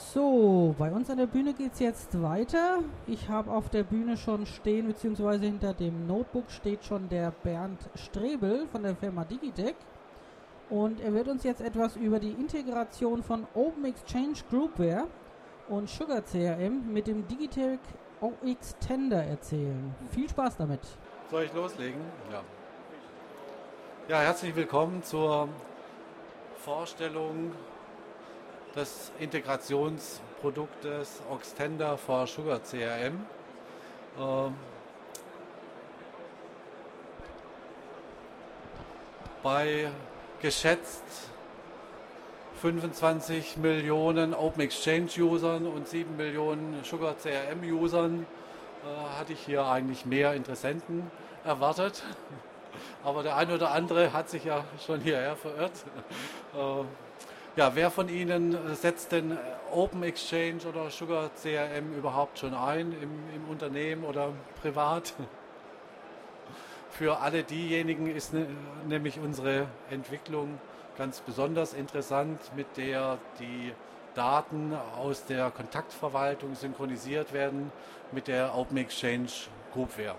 So, bei uns an der Bühne geht es jetzt weiter. Ich habe auf der Bühne schon stehen, beziehungsweise hinter dem Notebook steht schon der Bernd Strebel von der Firma Digitec. Und er wird uns jetzt etwas über die Integration von Open Exchange Groupware und Sugar CRM mit dem Digitec OX Tender erzählen. Viel Spaß damit. Soll ich loslegen? Ja. Ja, herzlich willkommen zur Vorstellung des Integrationsproduktes OX Tender for Sugar CRM. Bei geschätzt 25 Millionen Open Exchange Usern und 7 Millionen Sugar CRM Usern hatte ich hier eigentlich mehr Interessenten erwartet. Aber der eine oder andere hat sich ja schon hierher verirrt. Ja, wer von Ihnen setzt denn Open Exchange oder Sugar CRM überhaupt schon ein im Unternehmen oder privat? Für alle diejenigen ist nämlich unsere Entwicklung ganz besonders interessant, mit der die Daten aus der Kontaktverwaltung synchronisiert werden mit der Open Exchange Groupware.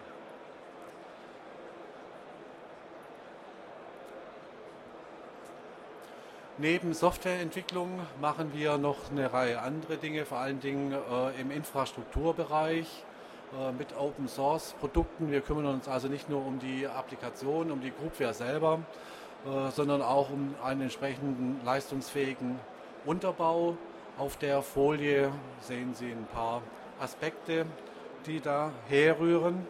Neben Softwareentwicklung machen wir noch eine Reihe andere Dinge, vor allen Dingen im Infrastrukturbereich mit Open Source Produkten. Wir kümmern uns also nicht nur um die Applikation, um die Groupware selber, sondern auch um einen entsprechenden leistungsfähigen Unterbau. Auf der Folie sehen Sie ein paar Aspekte, die da herrühren.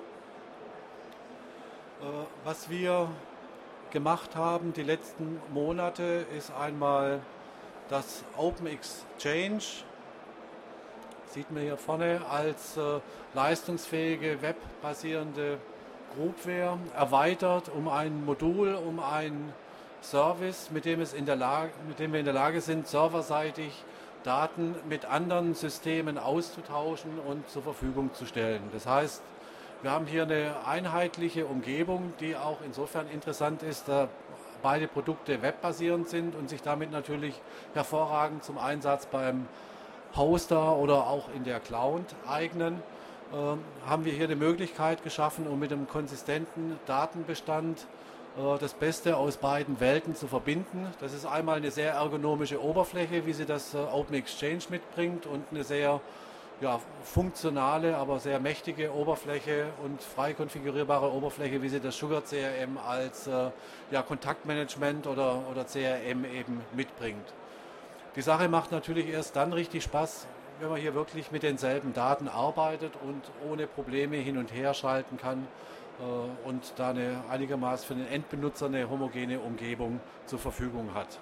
Was wir gemacht haben die letzten Monate ist einmal das Open Exchange, sieht man hier vorne, als leistungsfähige webbasierende Groupware erweitert um ein Modul, um einen Service, mit dem wir in der Lage sind, serverseitig Daten mit anderen Systemen auszutauschen und zur Verfügung zu stellen. Das heißt, wir haben hier eine einheitliche Umgebung, die auch insofern interessant ist, da beide Produkte webbasierend sind und sich damit natürlich hervorragend zum Einsatz beim Hoster oder auch in der Cloud eignen. Haben wir hier eine Möglichkeit geschaffen, um mit einem konsistenten Datenbestand das Beste aus beiden Welten zu verbinden. Das ist einmal eine sehr ergonomische Oberfläche, wie sie das Open Exchange mitbringt, und eine sehr funktionale, aber sehr mächtige Oberfläche und frei konfigurierbare Oberfläche, wie sie das Sugar CRM als Kontaktmanagement oder CRM eben mitbringt. Die Sache macht natürlich erst dann richtig Spaß, wenn man hier wirklich mit denselben Daten arbeitet und ohne Probleme hin und her schalten kann und da eine einigermaßen für den Endbenutzer eine homogene Umgebung zur Verfügung hat.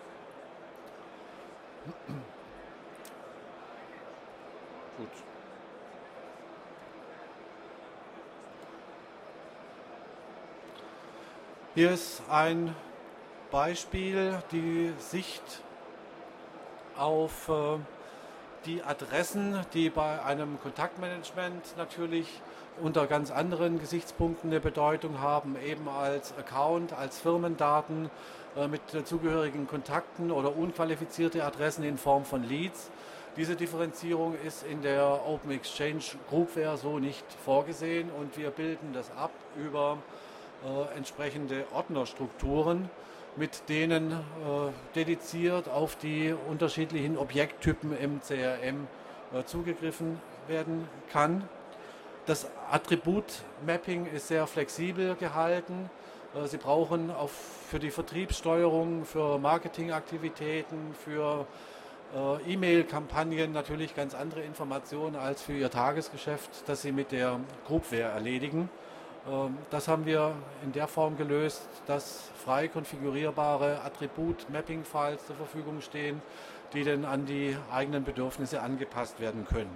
Gut. Hier ist ein Beispiel, die Sicht auf die Adressen, die bei einem Kontaktmanagement natürlich unter ganz anderen Gesichtspunkten eine Bedeutung haben, eben als Account, als Firmendaten mit zugehörigen Kontakten oder unqualifizierte Adressen in Form von Leads. Diese Differenzierung ist in der Open Exchange Groupware so nicht vorgesehen, und wir bilden das ab über entsprechende Ordnerstrukturen, mit denen dediziert auf die unterschiedlichen Objekttypen im CRM zugegriffen werden kann. Das Attribut-Mapping ist sehr flexibel gehalten. Sie brauchen für die Vertriebssteuerung, für Marketingaktivitäten, für E-Mail-Kampagnen natürlich ganz andere Informationen als für Ihr Tagesgeschäft, das Sie mit der Groupware erledigen. Das haben wir in der Form gelöst, dass frei konfigurierbare Attribut-Mapping-Files zur Verfügung stehen, die dann an die eigenen Bedürfnisse angepasst werden können.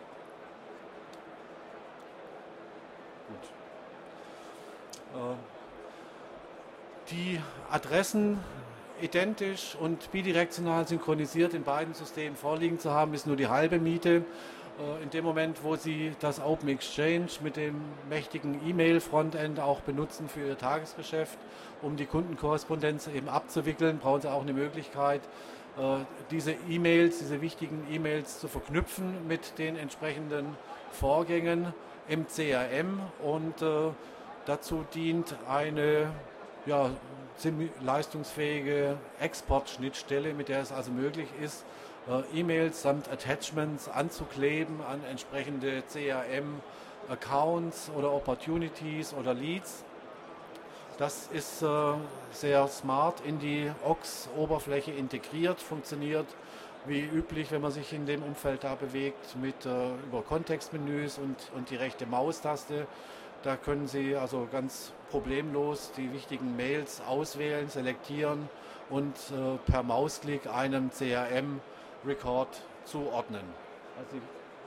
Gut. Die Adressen identisch und bidirektional synchronisiert in beiden Systemen vorliegen zu haben, ist nur die halbe Miete. In dem Moment, wo Sie das Open Exchange mit dem mächtigen E-Mail-Frontend auch benutzen für Ihr Tagesgeschäft, um die Kundenkorrespondenz eben abzuwickeln, brauchen Sie auch eine Möglichkeit, diese E-Mails, diese wichtigen E-Mails zu verknüpfen mit den entsprechenden Vorgängen im CRM und dazu dient eine ziemlich leistungsfähige Exportschnittstelle, mit der es also möglich ist, E-Mails samt Attachments anzukleben an entsprechende CRM-Accounts oder Opportunities oder Leads. Das ist sehr smart in die OX-Oberfläche integriert, funktioniert wie üblich, wenn man sich in dem Umfeld da bewegt, über Kontextmenüs und die rechte Maustaste. Da können Sie also ganz problemlos die wichtigen Mails auswählen, selektieren und per Mausklick einem CRM-Record zuordnen. Also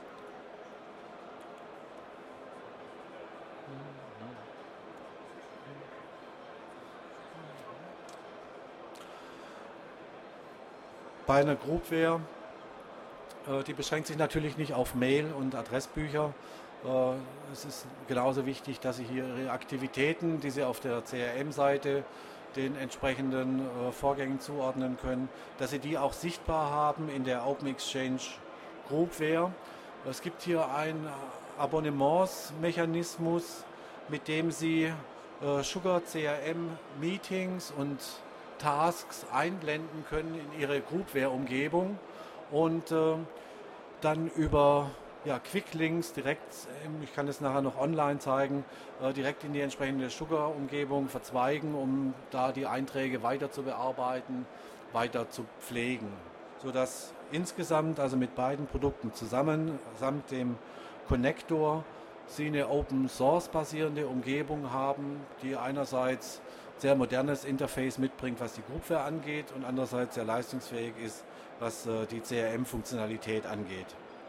bei einer Groupware, die beschränkt sich natürlich nicht auf Mail und Adressbücher. Es ist genauso wichtig, dass Sie hier Ihre Aktivitäten, die Sie auf der CRM-Seite den entsprechenden Vorgängen zuordnen können, dass Sie die auch sichtbar haben in der Open Exchange Groupware. Es gibt hier einen Abonnementsmechanismus, mit dem Sie Sugar CRM Meetings und Tasks einblenden können in Ihre Groupware-Umgebung und dann über Quicklinks direkt, ich kann es nachher noch online zeigen, direkt in die entsprechende Sugar-Umgebung verzweigen, um da die Einträge weiter zu bearbeiten, weiter zu pflegen, sodass insgesamt, also mit beiden Produkten zusammen, samt dem Connector, Sie eine Open-Source-basierende Umgebung haben, die einerseits sehr modernes Interface mitbringt, was die Groupware angeht und andererseits sehr leistungsfähig ist, was die CRM-Funktionalität angeht.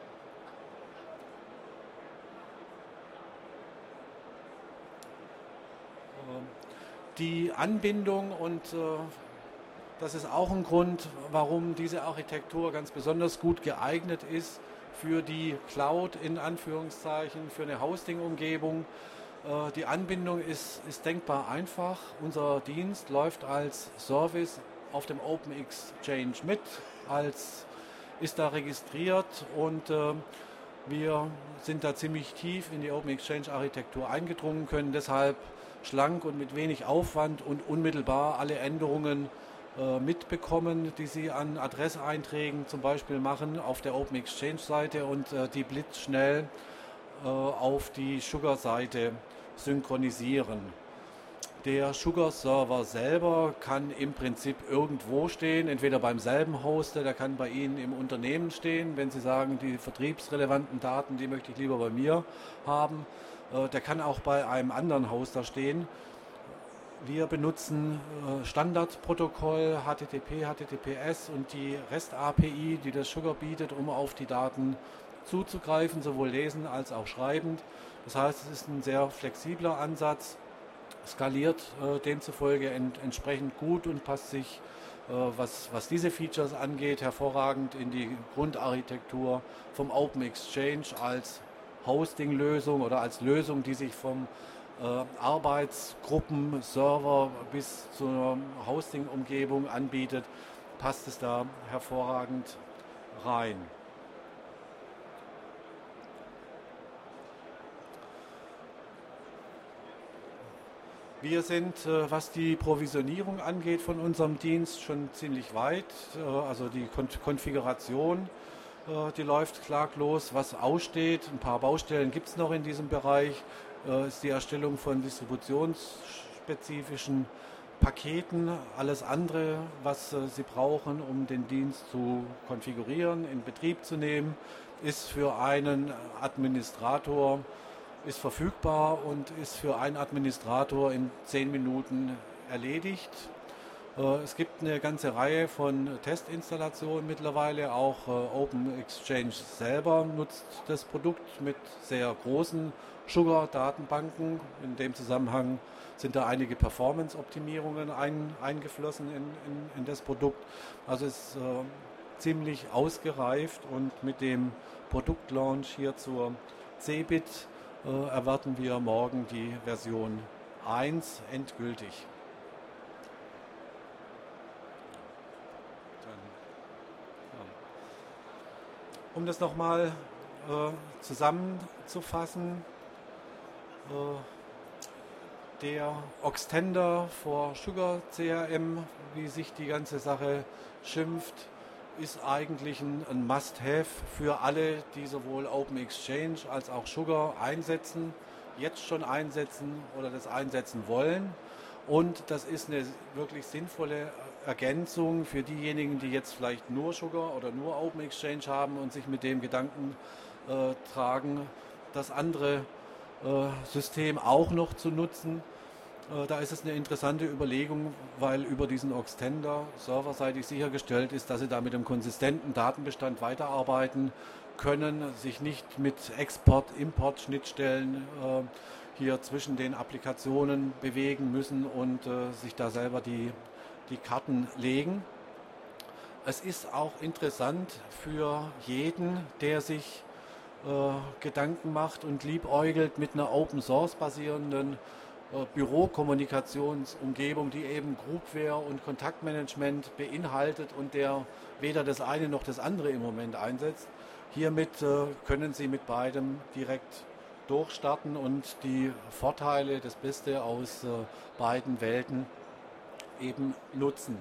Die Anbindung und das ist auch ein Grund, warum diese Architektur ganz besonders gut geeignet ist für die Cloud in Anführungszeichen, für eine Hosting-Umgebung. Die Anbindung ist denkbar einfach. Unser Dienst läuft als Service auf dem Open Exchange mit, ist da registriert und wir sind da ziemlich tief in die Open Exchange Architektur eingedrungen, können deshalb schlank und mit wenig Aufwand und unmittelbar alle Änderungen mitbekommen, die Sie an Adresseinträgen zum Beispiel machen auf der Open Exchange Seite und die blitzschnell auf die Sugar-Seite synchronisieren. Der Sugar-Server selber kann im Prinzip irgendwo stehen, entweder beim selben Hoster, der kann bei Ihnen im Unternehmen stehen, wenn Sie sagen, die vertriebsrelevanten Daten, die möchte ich lieber bei mir haben. Der kann auch bei einem anderen Hoster stehen. Wir benutzen Standardprotokoll, HTTP, HTTPS und die REST-API, die das Sugar bietet, um auf die Daten zuzugreifen, sowohl lesen als auch schreibend. Das heißt, es ist ein sehr flexibler Ansatz, skaliert demzufolge entsprechend gut und passt sich, was diese Features angeht, hervorragend in die Grundarchitektur vom Open Exchange als Hosting-Lösung oder als Lösung, die sich vom Arbeitsgruppen, Server bis zur Hosting-Umgebung anbietet, passt es da hervorragend rein. Wir sind, was die Provisionierung angeht von unserem Dienst, schon ziemlich weit. Also die Konfiguration, die läuft klaglos. Was aussteht, ein paar Baustellen gibt es noch in diesem Bereich, ist die Erstellung von distributionsspezifischen Paketen. Alles andere, was Sie brauchen, um den Dienst zu konfigurieren, in Betrieb zu nehmen, ist für einen Administrator ist verfügbar und ist für einen Administrator in 10 Minuten erledigt. Es gibt eine ganze Reihe von Testinstallationen mittlerweile. Auch Open Exchange selber nutzt das Produkt mit sehr großen Sugar-Datenbanken. In dem Zusammenhang sind da einige Performance-Optimierungen eingeflossen in das Produkt. Also es ist ziemlich ausgereift und mit dem Produktlaunch hier zur CeBIT erwarten wir morgen die Version 1 endgültig. Um das nochmal zusammenzufassen, der Oxtender for Sugar CRM, wie sich die ganze Sache schimpft, ist eigentlich ein Must-Have für alle, die sowohl Open Exchange als auch Sugar einsetzen, jetzt schon einsetzen oder das einsetzen wollen. Und das ist eine wirklich sinnvolle Ergänzung für diejenigen, die jetzt vielleicht nur Sugar oder nur Open Exchange haben und sich mit dem Gedanken tragen, das andere System auch noch zu nutzen. Da ist es eine interessante Überlegung, weil über diesen Oxtender serverseitig sichergestellt ist, dass Sie da mit einem konsistenten Datenbestand weiterarbeiten können, sich nicht mit Export-Import-Schnittstellen hier zwischen den Applikationen bewegen müssen und sich da selber die Karten legen. Es ist auch interessant für jeden, der sich Gedanken macht und liebäugelt mit einer Open Source basierenden Bürokommunikationsumgebung, die eben Groupware und Kontaktmanagement beinhaltet und der weder das eine noch das andere im Moment einsetzt. Hiermit können Sie mit beidem direkt durchstarten und die Vorteile, das Beste aus beiden Welten eben nutzen.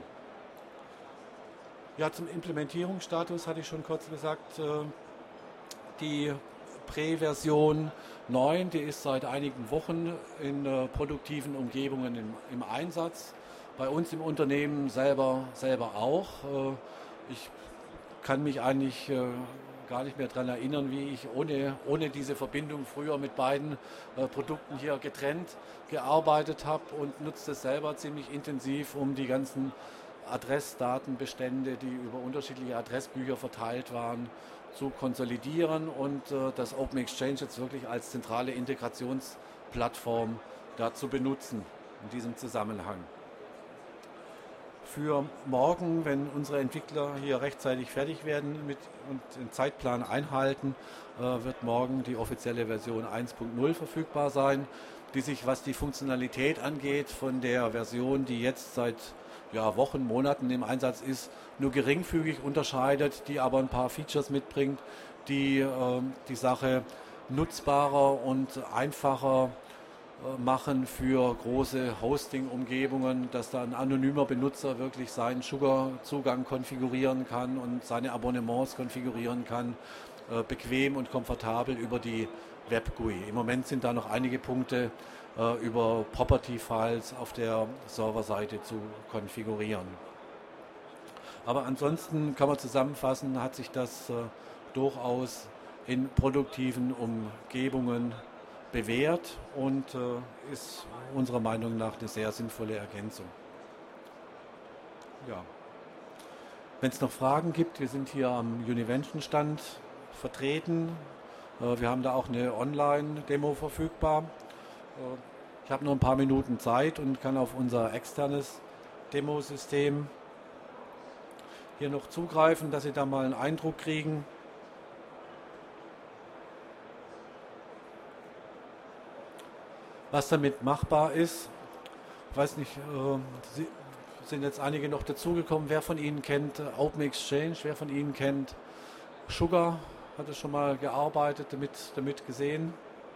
Ja, zum Implementierungsstatus hatte ich schon kurz gesagt, die Prä-Version 9, die ist seit einigen Wochen in produktiven Umgebungen im Einsatz. Bei uns im Unternehmen selber auch. Ich kann mich eigentlich gar nicht mehr daran erinnern, wie ich ohne diese Verbindung früher mit beiden Produkten hier getrennt gearbeitet habe und nutze es selber ziemlich intensiv, um die ganzen Adressdatenbestände, die über unterschiedliche Adressbücher verteilt waren, zu konsolidieren und das Open Exchange jetzt wirklich als zentrale Integrationsplattform dazu benutzen in diesem Zusammenhang. Für morgen, wenn unsere Entwickler hier rechtzeitig fertig werden und den Zeitplan einhalten, wird morgen die offizielle Version 1.0 verfügbar sein, die sich, was die Funktionalität angeht, von der Version, die jetzt seit Wochen, Monaten im Einsatz ist, nur geringfügig unterscheidet, die aber ein paar Features mitbringt, die die Sache nutzbarer und einfacher machen für große Hosting-Umgebungen, dass da ein anonymer Benutzer wirklich seinen Sugar-Zugang konfigurieren kann und seine Abonnements konfigurieren kann, bequem und komfortabel über die Web-GUI. Im Moment sind da noch einige Punkte über Property-Files auf der Serverseite zu konfigurieren. Aber ansonsten kann man zusammenfassen, hat sich das durchaus in produktiven Umgebungen bewährt und ist unserer Meinung nach eine sehr sinnvolle Ergänzung. Ja. Wenn es noch Fragen gibt, wir sind hier am Univention-Stand vertreten. Wir haben da auch eine Online-Demo verfügbar. Ich habe noch ein paar Minuten Zeit und kann auf unser externes Demosystem hier noch zugreifen, dass Sie da mal einen Eindruck kriegen. Was damit machbar ist. Ich weiß nicht, sind jetzt einige noch dazugekommen. Wer von Ihnen kennt Open Exchange? Wer von Ihnen kennt Sugar? Hat es schon mal gearbeitet, damit gesehen?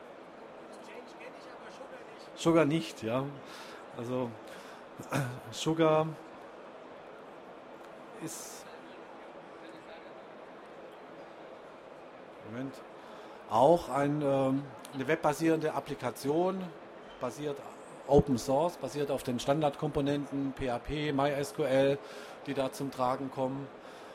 Sugar nicht, ja. Also Sugar ist auch eine webbasierende Applikation, basiert Open Source, basiert auf den Standardkomponenten PHP, MySQL, die da zum Tragen kommen.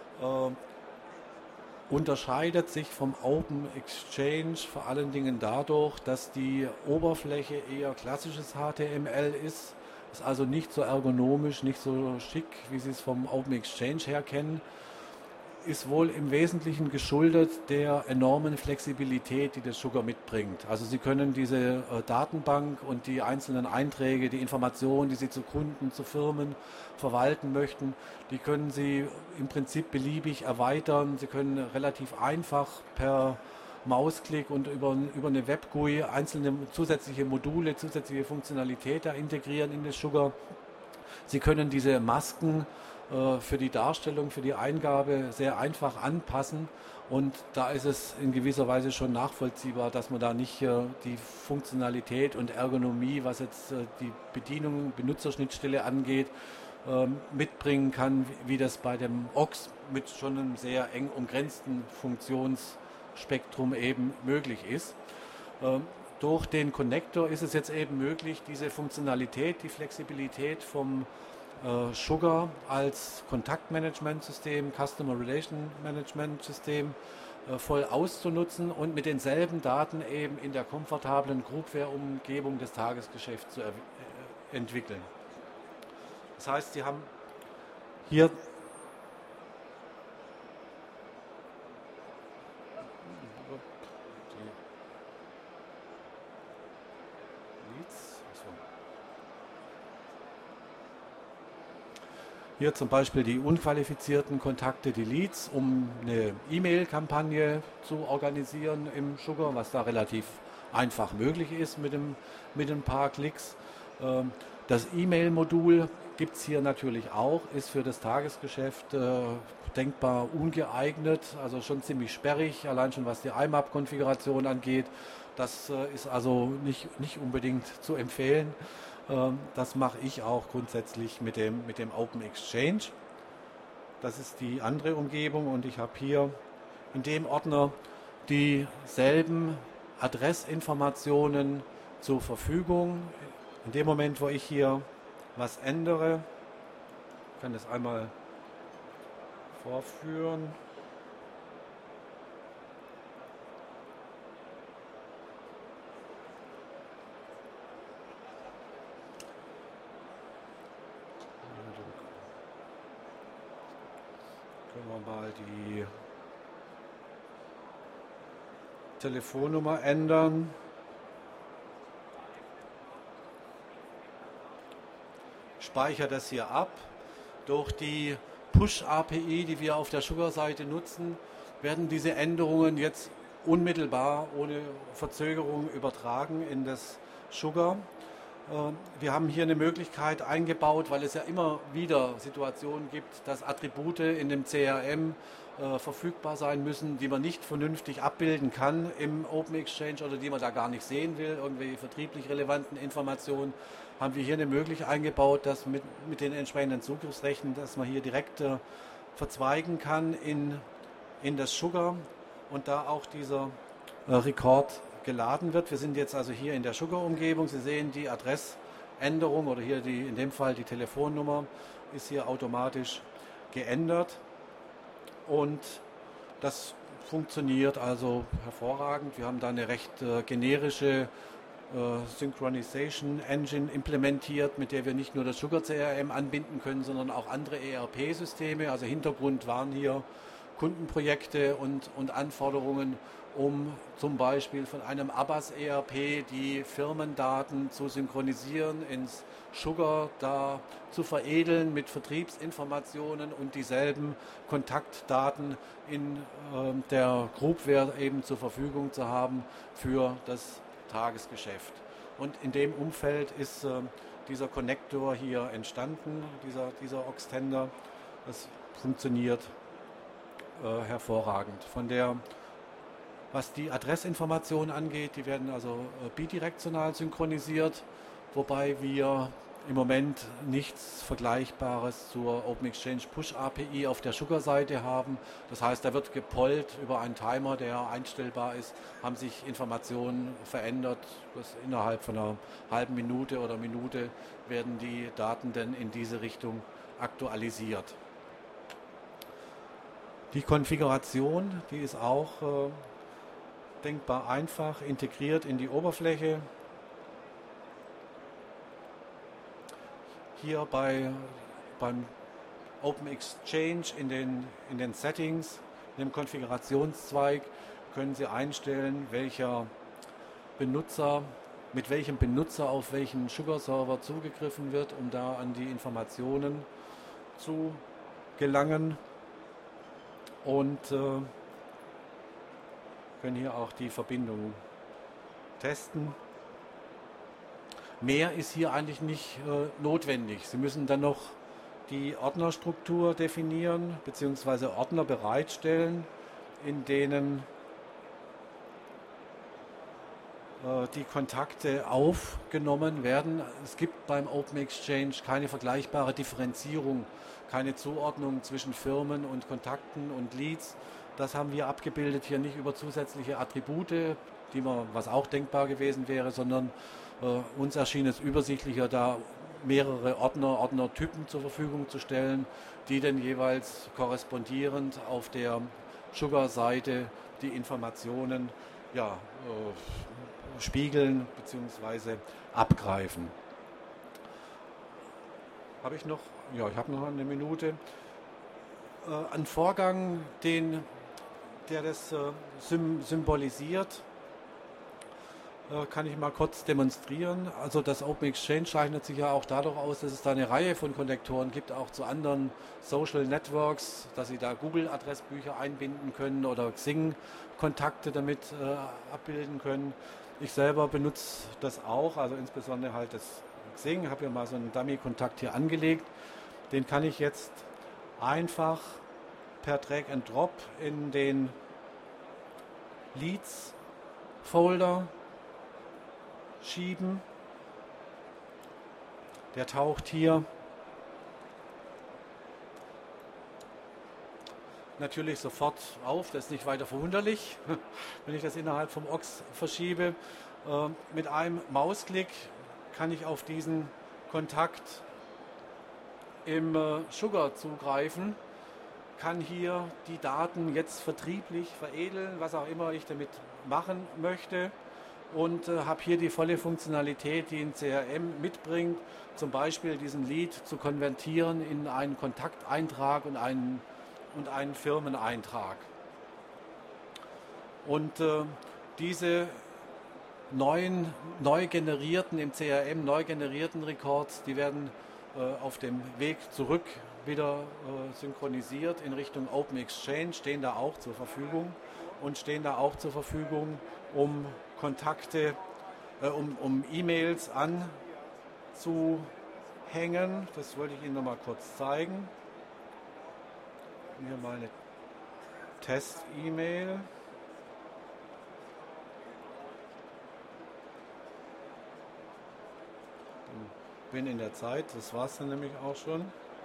Unterscheidet sich vom Open Exchange vor allen Dingen dadurch, dass die Oberfläche eher klassisches HTML ist also nicht so ergonomisch, nicht so schick, wie Sie es vom Open Exchange her kennen, ist wohl im Wesentlichen geschuldet der enormen Flexibilität, die das Sugar mitbringt. Also Sie können diese Datenbank und die einzelnen Einträge, die Informationen, die Sie zu Kunden, zu Firmen verwalten möchten, die können Sie im Prinzip beliebig erweitern. Sie können relativ einfach per Mausklick und über eine Web-GUI einzelne zusätzliche Module, zusätzliche Funktionalität da integrieren in das Sugar. Sie können diese Masken für die Darstellung, für die Eingabe sehr einfach anpassen. Und da ist es in gewisser Weise schon nachvollziehbar, dass man da nicht die Funktionalität und Ergonomie, was jetzt die Bedienung, Benutzerschnittstelle angeht, mitbringen kann, wie das bei dem OX mit schon einem sehr eng umgrenzten Funktionsspektrum eben möglich ist. Durch den Connector ist es jetzt eben möglich, diese Funktionalität, die Flexibilität vom Sugar als Kontaktmanagementsystem, Customer Relation Management System voll auszunutzen und mit denselben Daten eben in der komfortablen Groupware-Umgebung des Tagesgeschäfts zu entwickeln. Das heißt, Sie haben hier hier zum Beispiel die unqualifizierten Kontakte, die Leads, um eine E-Mail-Kampagne zu organisieren im Sugar, was da relativ einfach möglich ist mit ein paar Klicks. Das E-Mail-Modul gibt es hier natürlich auch, ist für das Tagesgeschäft denkbar ungeeignet, also schon ziemlich sperrig, allein schon was die IMAP-Konfiguration angeht. Das ist also nicht unbedingt zu empfehlen. Das mache ich auch grundsätzlich mit dem Open Exchange. Das ist die andere Umgebung und ich habe hier in dem Ordner dieselben Adressinformationen zur Verfügung. In dem Moment, wo ich hier was ändere, ich kann das einmal vorführen. Können wir mal die Telefonnummer ändern. Speichere das hier ab. Durch die Push-API, die wir auf der Sugar-Seite nutzen, werden diese Änderungen jetzt unmittelbar ohne Verzögerung übertragen in das Sugar. Wir haben hier eine Möglichkeit eingebaut, weil es ja immer wieder Situationen gibt, dass Attribute in dem CRM verfügbar sein müssen, die man nicht vernünftig abbilden kann im Open Exchange oder die man da gar nicht sehen will, irgendwelche vertrieblich relevanten Informationen, haben wir hier eine Möglichkeit eingebaut, dass mit den entsprechenden Zugriffsrechten, dass man hier direkt verzweigen kann in das Sugar und da auch dieser Rekord geladen wird. Wir sind jetzt also hier in der Sugar-Umgebung. Sie sehen die Adressänderung oder hier in dem Fall die Telefonnummer ist hier automatisch geändert und das funktioniert also hervorragend. Wir haben da eine recht generische Synchronization Engine implementiert, mit der wir nicht nur das Sugar CRM anbinden können, sondern auch andere ERP-Systeme. Also Hintergrund waren hier Kundenprojekte und Anforderungen, um zum Beispiel von einem Abbas ERP die Firmendaten zu synchronisieren, ins Sugar da zu veredeln mit Vertriebsinformationen und dieselben Kontaktdaten in der Groupware eben zur Verfügung zu haben für das Tagesgeschäft. Und in dem Umfeld ist dieser Connector hier entstanden, dieser Oxtender. Das funktioniert hervorragend. Was die Adressinformationen angeht, die werden also bidirektional synchronisiert, wobei wir im Moment nichts Vergleichbares zur Open Exchange Push API auf der Sugar-Seite haben. Das heißt, da wird gepollt über einen Timer, der einstellbar ist, haben sich Informationen verändert. Innerhalb von einer halben Minute oder Minute werden die Daten dann in diese Richtung aktualisiert. Die Konfiguration, die ist auch denkbar einfach integriert in die Oberfläche. Hier beim Open Exchange in den Settings, in dem Konfigurationszweig, können Sie einstellen, mit welchem Benutzer auf welchen Sugar-Server zugegriffen wird, um da an die Informationen zu gelangen. Und können hier auch die Verbindung testen. Mehr ist hier eigentlich nicht notwendig. Sie müssen dann noch die Ordnerstruktur definieren bzw. Ordner bereitstellen, in denen die Kontakte aufgenommen werden. Es gibt beim Open Exchange keine vergleichbare Differenzierung, keine Zuordnung zwischen Firmen und Kontakten und Leads. Das haben wir abgebildet hier nicht über zusätzliche Attribute, was auch denkbar gewesen wäre, sondern uns erschien es übersichtlicher, da mehrere Ordnertypen zur Verfügung zu stellen, die dann jeweils korrespondierend auf der Sugar-Seite die Informationen spiegeln bzw. abgreifen. Habe ich noch? Ja, ich habe noch eine Minute. Ein Vorgang, der das symbolisiert, kann ich mal kurz demonstrieren. Also das Open Exchange zeichnet sich ja auch dadurch aus, dass es da eine Reihe von Konnektoren gibt, auch zu anderen Social Networks, dass Sie da Google-Adressbücher einbinden können oder Xing-Kontakte damit abbilden können. Ich selber benutze das auch, also insbesondere halt das Xing, habe ja mal so einen Dummy-Kontakt hier angelegt. Den kann ich jetzt einfach per Drag and Drop in den Leads-Folder schieben. Der taucht hier natürlich sofort auf, das ist nicht weiter verwunderlich, wenn ich das innerhalb vom Ox verschiebe. Mit einem Mausklick kann ich auf diesen Kontakt im Sugar zugreifen, kann hier die Daten jetzt vertrieblich veredeln, was auch immer ich damit machen möchte, und habe hier die volle Funktionalität, die ein CRM mitbringt, zum Beispiel diesen Lead zu konvertieren in einen Kontakteintrag und einen Firmeneintrag. Und diese neu generierten Records, die werden auf dem Weg zurück wieder synchronisiert in Richtung Open Exchange, stehen da auch zur Verfügung um Kontakte, um E-Mails anzuhängen. Das wollte ich Ihnen noch mal kurz zeigen. Hier mal eine Test-E-Mail. Bin in der Zeit, das war es dann nämlich auch schon.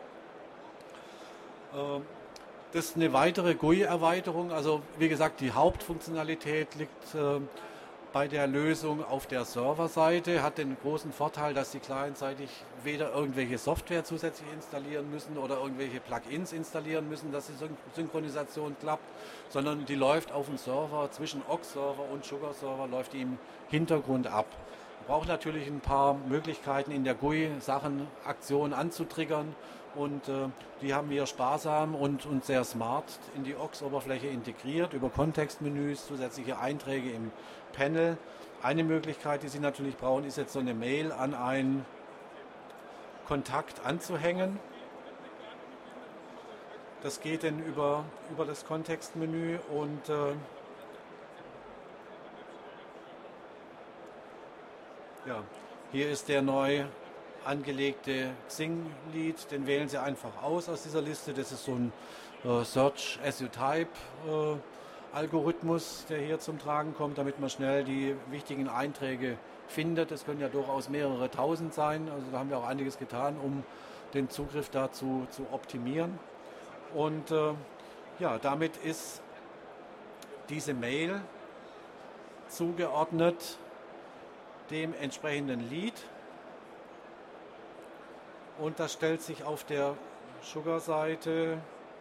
Das ist eine weitere GUI-Erweiterung. Also wie gesagt, die Hauptfunktionalität liegt bei der Lösung auf der Serverseite, hat den großen Vorteil, dass Sie clientseitig weder irgendwelche Software zusätzlich installieren müssen oder irgendwelche Plugins installieren müssen, dass die Synchronisation klappt, sondern die läuft auf dem Server, zwischen Ox-Server und Sugar-Server läuft die im Hintergrund ab. Man braucht natürlich ein paar Möglichkeiten in der GUI, Aktionen anzutriggern, und die haben wir sparsam und sehr smart in die Ox-Oberfläche integriert, über Kontextmenüs, zusätzliche Einträge im Panel. Eine Möglichkeit, die Sie natürlich brauchen, ist jetzt so eine Mail an einen Kontakt anzuhängen. Das geht dann über das Kontextmenü, und hier ist der neu angelegte Xing-Lead, den wählen Sie einfach aus dieser Liste. Das ist so ein Search as you type Algorithmus, der hier zum Tragen kommt, damit man schnell die wichtigen Einträge findet. Es können ja durchaus mehrere tausend sein, also da haben wir auch einiges getan, um den Zugriff dazu zu optimieren. Und damit ist diese Mail zugeordnet dem entsprechenden Lead. Und das stellt sich auf der Sugar-Seite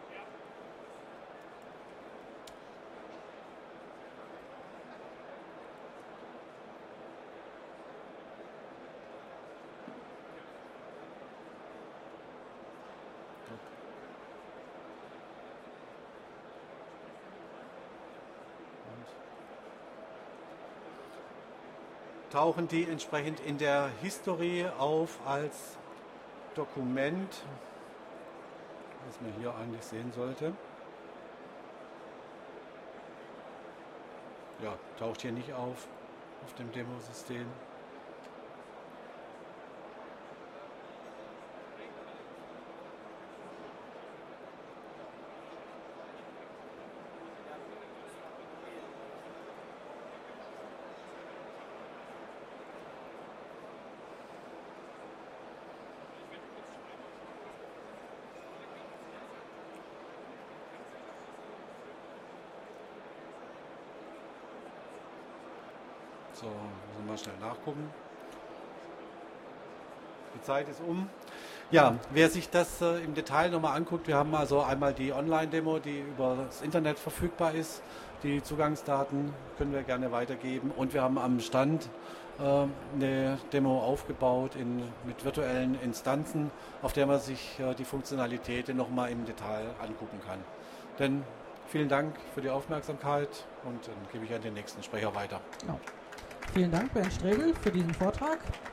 tauchen die entsprechend in der History auf als Dokument, was man hier eigentlich sehen sollte. Ja, taucht hier nicht auf dem Demosystem. So, müssen wir mal schnell nachgucken. Die Zeit ist um. Ja, wer sich das im Detail nochmal anguckt, wir haben also einmal die Online-Demo, die über das Internet verfügbar ist. Die Zugangsdaten können wir gerne weitergeben. Und wir haben am Stand eine Demo aufgebaut mit virtuellen Instanzen, auf der man sich die Funktionalitäten nochmal im Detail angucken kann. Denn vielen Dank für die Aufmerksamkeit und dann gebe ich an den nächsten Sprecher weiter. Genau. Vielen Dank, Bernd Strebel, für diesen Vortrag.